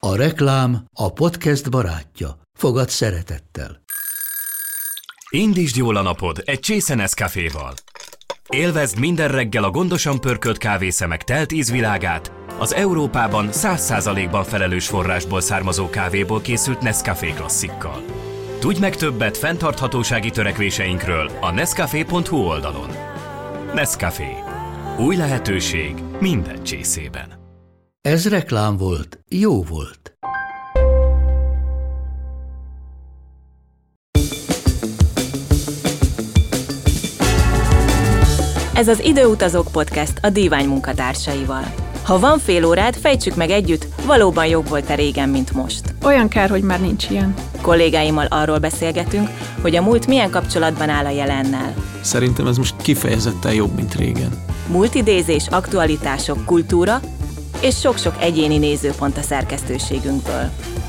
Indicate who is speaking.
Speaker 1: A reklám a podcast barátja. Fogad szeretettel.
Speaker 2: Indítsd jól a napod egy csésze Nescaféval. Élvezd minden reggel a gondosan pörkölt kávészemek telt ízvilágát, az Európában 100%-ban felelős forrásból származó kávéból készült Nescafé klasszikkal. Tudj meg többet fenntarthatósági törekvéseinkről a nescafé.hu oldalon. Nescafé. Új lehetőség minden csészében.
Speaker 1: Ez reklám volt, jó volt.
Speaker 3: Ez az Időutazók Podcast a Dívány munkatársaival. Ha van fél órád, fejtsük meg együtt, valóban jobb volt-e régen, mint most.
Speaker 4: Olyan kár, hogy már nincs ilyen.
Speaker 3: Kollégáimmal arról beszélgetünk, hogy a múlt milyen kapcsolatban áll a jelennel.
Speaker 5: Szerintem ez most kifejezetten jobb, mint régen.
Speaker 3: Múltidézés, aktualitások, kultúra és sok-sok egyéni nézőpont a szerkesztőségünkből.